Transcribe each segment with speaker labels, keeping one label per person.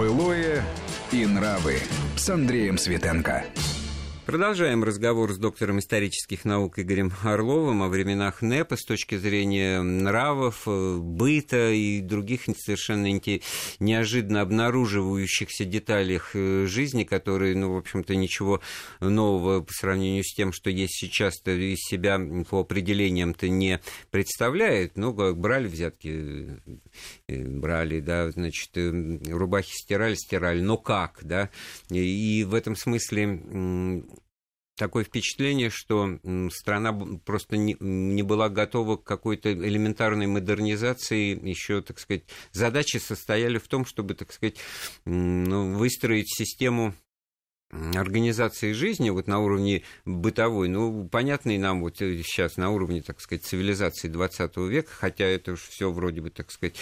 Speaker 1: Былое и нравы с Андреем Светенко.
Speaker 2: Продолжаем разговор с доктором исторических наук Игорем Орловым о временах НЭПа с точки зрения нравов, быта и других совершенно неожиданно обнаруживающихся деталях жизни, которые, в общем-то, ничего нового по сравнению с тем, что есть сейчас-то, из себя по определениям-то не представляет. Как брали взятки, брали, да, значит, рубахи стирали, но как, да, и в этом смысле такое впечатление, что страна просто не была готова к какой-то элементарной модернизации. Еще, так сказать, задачи состояли в том, чтобы, так сказать, выстроить систему организации жизни на уровне бытовой, понятный нам сейчас на уровне, так сказать, цивилизации 20 века, хотя это уж все вроде бы, так сказать,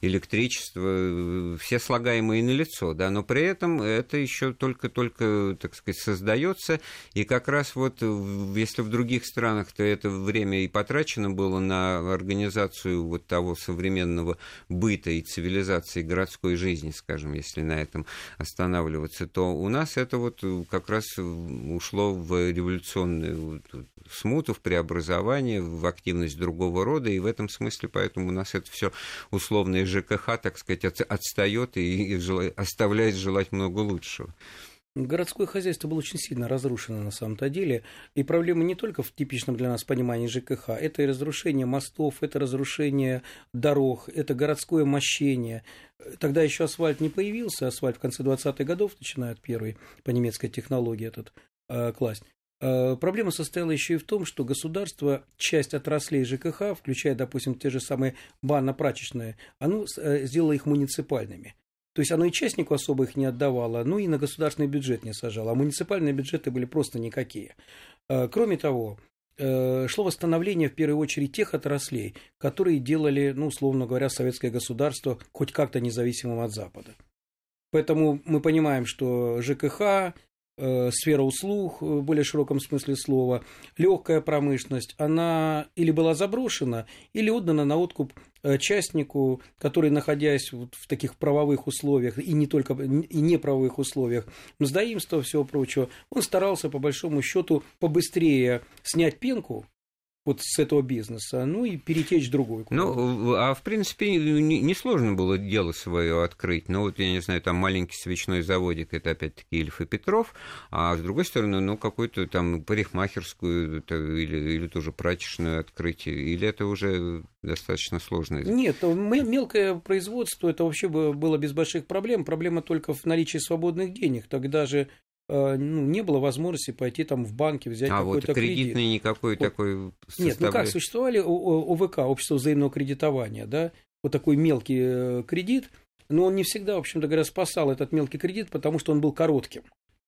Speaker 2: электричество, все слагаемые налицо, да, но при этом это еще только, так сказать, создается, и как раз если в других странах-то это время и потрачено было на организацию того современного быта и цивилизации городской жизни, скажем, если на этом останавливаться, то у нас это как раз ушло в революционную смуту, в преобразование, в активность другого рода, и в этом смысле поэтому у нас это все условное ЖКХ, так сказать, отстает и оставляет желать много лучшего.
Speaker 3: Городское хозяйство было очень сильно разрушено на самом-то деле, и проблема не только в типичном для нас понимании ЖКХ, это и разрушение мостов, это разрушение дорог, это городское мощение. Тогда еще асфальт не появился, асфальт в конце 20-х годов начинают первый по немецкой технологии класть. Проблема состояла еще и в том, что государство часть отраслей ЖКХ, включая, допустим, те же самые банно-прачечные, оно сделало их муниципальными. То есть оно и частнику особо их не отдавало, и на государственный бюджет не сажало, а муниципальные бюджеты были просто никакие. Кроме того, шло восстановление в первую очередь тех отраслей, которые делали, условно говоря, советское государство хоть как-то независимым от Запада. Поэтому мы понимаем, что ЖКХ, сфера услуг в более широком смысле слова, легкая промышленность, она или была заброшена, или отдана на откуп частнику, который, находясь в таких правовых условиях, и не только и неправовых условиях, мздоимства, всего прочего, он старался, по большому счету, побыстрее снять пенку с этого бизнеса, и перетечь в другой.
Speaker 2: А в принципе несложно было дело свое открыть. Я не знаю, там маленький свечной заводик, это опять-таки Ильф и Петров, а с другой стороны, какую-то там парикмахерскую или тоже прачечную открыть, или это уже достаточно сложно?
Speaker 3: Нет, мелкое производство, это вообще было без больших проблем. Проблема только в наличии свободных денег. Тогда же не было возможности пойти в банке, взять какой-то кредит.
Speaker 2: Кредитный никакой такой
Speaker 3: составляющий. Нет, как существовали ОВК, общество взаимного кредитования, да, такой мелкий кредит, но он не всегда, в общем-то говоря, спасал этот мелкий кредит, потому что он был коротким.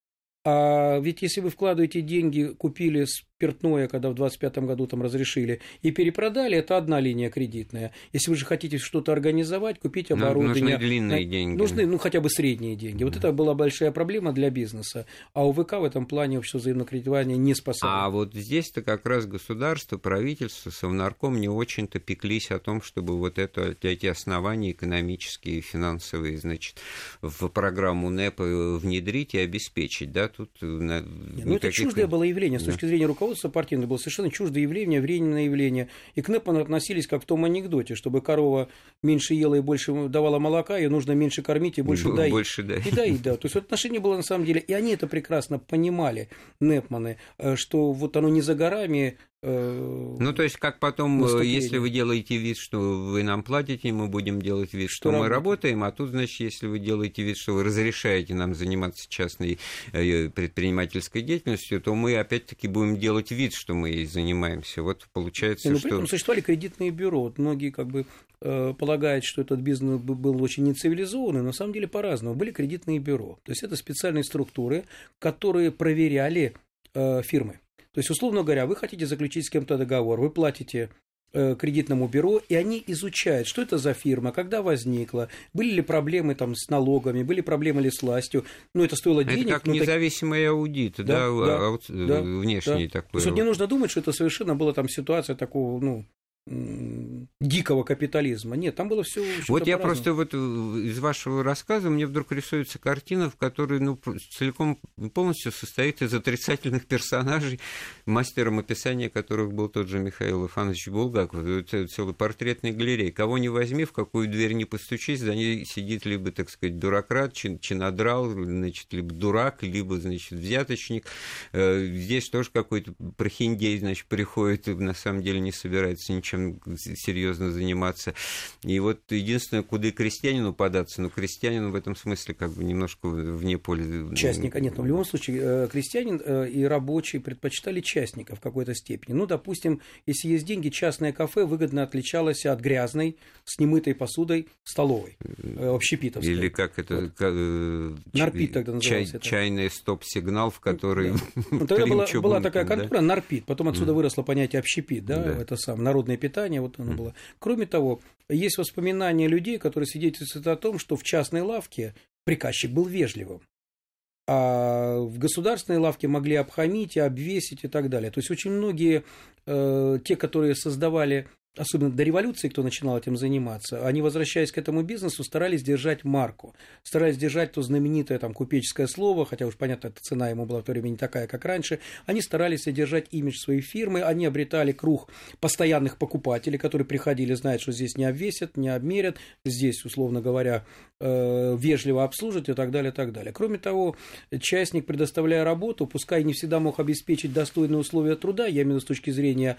Speaker 3: А ведь если вы вкладываете деньги, купили спиртное, когда в 25-м году разрешили, и перепродали, это одна линия кредитная. Если вы же хотите что-то организовать, купить оборудование.
Speaker 2: Нужны длинные деньги.
Speaker 3: Нужны, хотя бы средние деньги. Это была большая проблема для бизнеса. А ОВК в этом плане общество взаимного кредитования не спасало.
Speaker 2: А здесь-то как раз государство, правительство, Совнарком не очень-то пеклись о том, чтобы эти основания экономические и финансовые, в программу НЭПа внедрить и обеспечить, да?
Speaker 3: Это чуждое было явление, с точки зрения руководства партийного, было совершенно чуждое явление, временное явление. И к НЭПу относились как в том анекдоте, чтобы корова меньше ела и больше давала молока, ее нужно меньше кормить и больше доить. И доить, да. То есть отношение было на самом деле, и они это прекрасно понимали, НЭПманы, что оно не за горами.
Speaker 2: То есть, как потом, если вы делаете вид, что вы нам платите, мы будем делать вид, что мы работаем, а тут, если вы делаете вид, что вы разрешаете нам заниматься частной предпринимательской деятельностью, то мы опять-таки будем делать вид, что мы ей занимаемся. Получается,
Speaker 3: что... При этом существовали кредитные бюро. Многие полагают, что этот бизнес был очень нецивилизованный, но на самом деле по-разному. Были кредитные бюро. То есть, это специальные структуры, которые проверяли фирмы. То есть, условно говоря, вы хотите заключить с кем-то договор, вы платите кредитному бюро, и они изучают, что это за фирма, когда возникла, были ли проблемы с налогами, были проблемы ли с властью, это стоило денег.
Speaker 2: Это как независимый аудит, внешний такой.
Speaker 3: То есть, не нужно думать, что это совершенно была ситуация такого, дикого капитализма. Нет, там было все.
Speaker 2: Вот я просто вот из вашего рассказа мне вдруг рисуется картина, в которой целиком полностью состоит из отрицательных персонажей, мастером описания которых был тот же Михаил Ифанович Булгаков. Это целый портретный галерей. Кого не возьми, в какую дверь не постучись, за ней сидит либо, так сказать, дуракрат, чинодрал, значит, либо дурак, либо, значит, взяточник. Здесь тоже какой-то прохиндей, значит, приходит и на самом деле не собирается ничем серьезно заниматься. И вот единственное, куда и крестьянину податься, но крестьянину в этом смысле как бы немножко вне поля.
Speaker 3: Частника нет, но в любом случае крестьянин и рабочий предпочитали частника в какой-то степени. Ну, допустим, если есть деньги, частное кафе выгодно отличалось от грязной, с немытой посудой столовой, общепитовской.
Speaker 2: Или как это...
Speaker 3: Нарпит тогда назывался.
Speaker 2: Чайный стоп-сигнал, в который...
Speaker 3: Тогда была такая контора, Нарпит, потом отсюда выросло понятие общепит, да, это самое народное питание, вот оно было. Кроме того, есть воспоминания людей, которые свидетельствуют о том, что в частной лавке приказчик был вежливым, а в государственной лавке могли обхамить и обвесить и так далее. То есть очень многие, те, которые создавали, особенно до революции, кто начинал этим заниматься, они, возвращаясь к этому бизнесу, старались держать марку, старались держать то знаменитое там купеческое слово, хотя уж понятно, эта цена ему была в то время не такая, как раньше, они старались держать имидж своей фирмы, они обретали круг постоянных покупателей, которые приходили, знают, что здесь не обвесят, не обмерят, здесь, условно говоря, вежливо обслужат и так далее, и так далее. Кроме того, частник, предоставляя работу, пускай не всегда мог обеспечить достойные условия труда, я имею в виду с точки зрения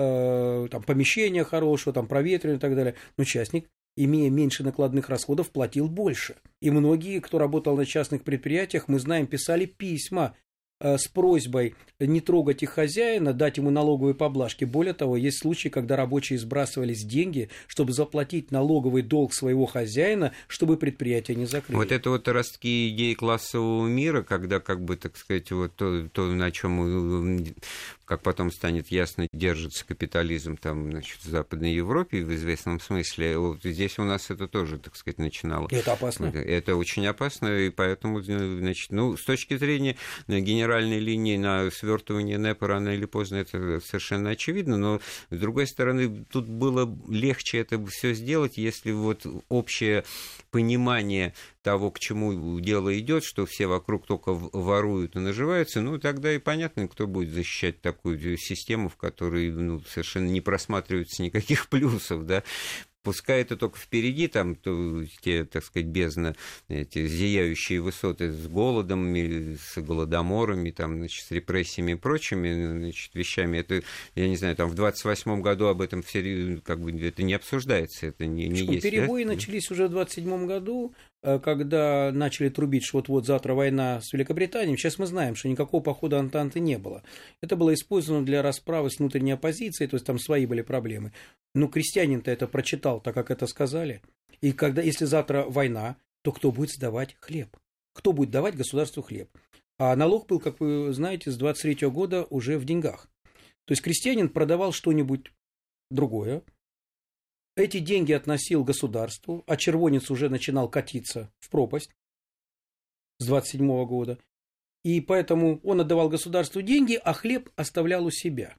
Speaker 3: там, помещения хорошего, там, проветривания и так далее, но частник, имея меньше накладных расходов, платил больше. И многие, кто работал на частных предприятиях, мы знаем, писали письма с просьбой не трогать их хозяина, дать ему налоговые поблажки. Более того, есть случаи, когда рабочие сбрасывались деньги, чтобы заплатить налоговый долг своего хозяина, чтобы предприятие не закрыли.
Speaker 2: Вот это вот ростки идеи классового мира, когда, как бы, так сказать, вот то на чем, как потом станет ясно, держится капитализм там, значит, в Западной Европе в известном смысле. Вот здесь у нас это тоже, так сказать, начинало.
Speaker 3: И это опасно.
Speaker 2: Это очень опасно, и поэтому, значит, с точки зрения генеральной линии на свертывание НЭПа рано или поздно это совершенно очевидно, но, с другой стороны, тут было легче это все сделать, если вот общее понимание того, к чему дело идет, что все вокруг только воруют и наживаются, ну, тогда и понятно, кто будет защищать такую систему, в которой совершенно не просматривается никаких плюсов, да. Пускай это только впереди, там те, так сказать, бездна, эти зияющие высоты с голодом, с голодоморами, там, значит, с репрессиями и прочими, значит, вещами. Это, я не знаю, там в 28-м году об этом все, как бы, это не обсуждается, это не есть.
Speaker 3: Перебои начались уже в 27-м году, когда начали трубить, что вот-вот завтра война с Великобританией. Сейчас мы знаем, что никакого похода Антанты не было. Это было использовано для расправы с внутренней оппозицией, то есть там свои были проблемы. Но крестьянин-то это прочитал, так как это сказали. И когда, если завтра война, то кто будет сдавать хлеб? Кто будет давать государству хлеб? А налог был, как вы знаете, с 23-го года уже в деньгах. То есть крестьянин продавал что-нибудь другое, эти деньги относил государству, а червонец уже начинал катиться в пропасть с 27-го года. И поэтому он отдавал государству деньги, а хлеб оставлял у себя.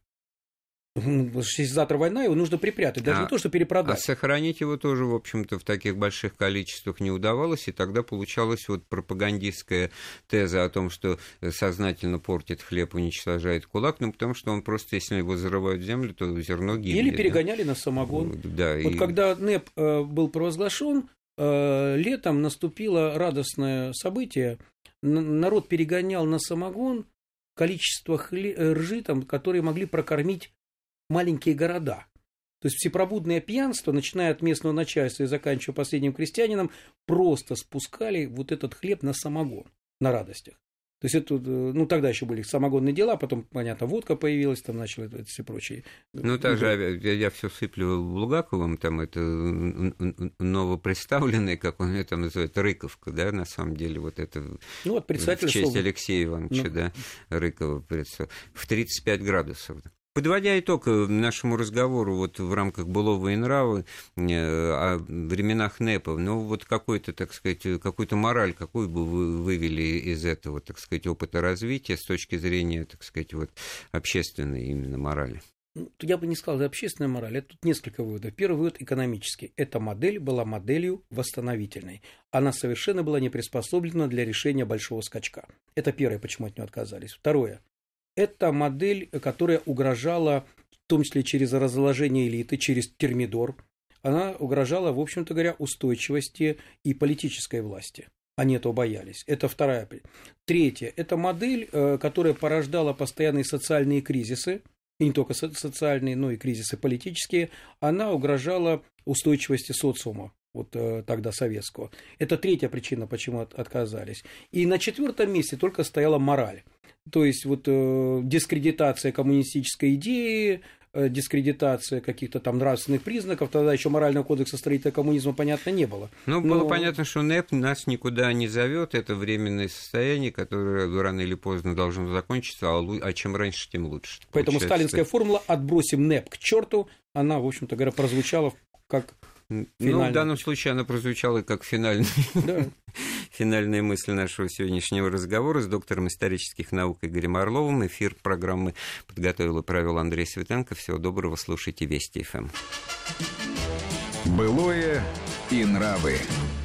Speaker 3: Если завтра война, его нужно припрятать, даже не то, что перепродать.
Speaker 2: А сохранить его тоже, в общем-то, в таких больших количествах не удавалось, и тогда получалась вот пропагандистская теза о том, что сознательно портит хлеб, уничтожает кулак, ну, потому что он просто, если его зарывают в землю, то зерно гибнет.
Speaker 3: Или перегоняли на самогон.
Speaker 2: Да,
Speaker 3: вот когда НЭП был провозглашен, летом наступило радостное событие, народ перегонял на самогон количество ржи, там, которые могли прокормить маленькие города. То есть всепробудное пьянство, начиная от местного начальства и заканчивая последним крестьянином, просто спускали вот этот хлеб на самогон, на радостях. То есть это, ну, тогда еще были самогонные дела, потом, понятно, водка появилась, там начали это все прочие.
Speaker 2: Ну, также я все сыплю Булгаковым, там это новопредставленный, как он это называет, Рыковка, да, на самом деле, вот это
Speaker 3: ну, вот
Speaker 2: в честь Алексея Ивановича, да, Рыкова, в 35 градусов. Подводя итог нашему разговору вот в рамках «Былого и нравы» о временах НЭПа, ну вот какой-то, так сказать, какую-то мораль, какую бы вы вывели из этого, так сказать, опыта развития с точки зрения, так сказать, вот общественной именно морали?
Speaker 3: Я бы не сказал, это общественная мораль, это тут несколько выводов. Первый вывод экономический. Эта модель была моделью восстановительной. Она совершенно была не приспособлена для решения большого скачка. Это первое, почему от нее отказались. Второе. Это модель, которая угрожала, в том числе через разложение элиты, через термидор, она угрожала, в общем-то говоря, устойчивости и политической власти. Они этого боялись. Это вторая. Третье. Это модель, которая порождала постоянные социальные кризисы, и не только социальные, но и кризисы политические. Она угрожала устойчивости социума, вот тогда советского. Это третья причина, почему отказались. И на четвертом месте только стояла мораль. То есть вот дискредитация коммунистической идеи, дискредитация каких-то там нравственных признаков, тогда еще морального кодекса строителя коммунизма, понятно, не было.
Speaker 2: Ну, было понятно, что НЭП нас никуда не зовет, это временное состояние, которое рано или поздно должно закончиться, а чем раньше, тем лучше.
Speaker 3: Поэтому сталинская формула «отбросим НЭП к черту», она, в общем-то говоря, прозвучала как финальная.
Speaker 2: Ну, в данном случае она прозвучала как финальная мысль нашего сегодняшнего разговора с доктором исторических наук Игорем Орловым. Эфир программы подготовил и провел Андрей Светенко. Всего доброго, слушайте Вести ФМ.
Speaker 1: Былое и нравы.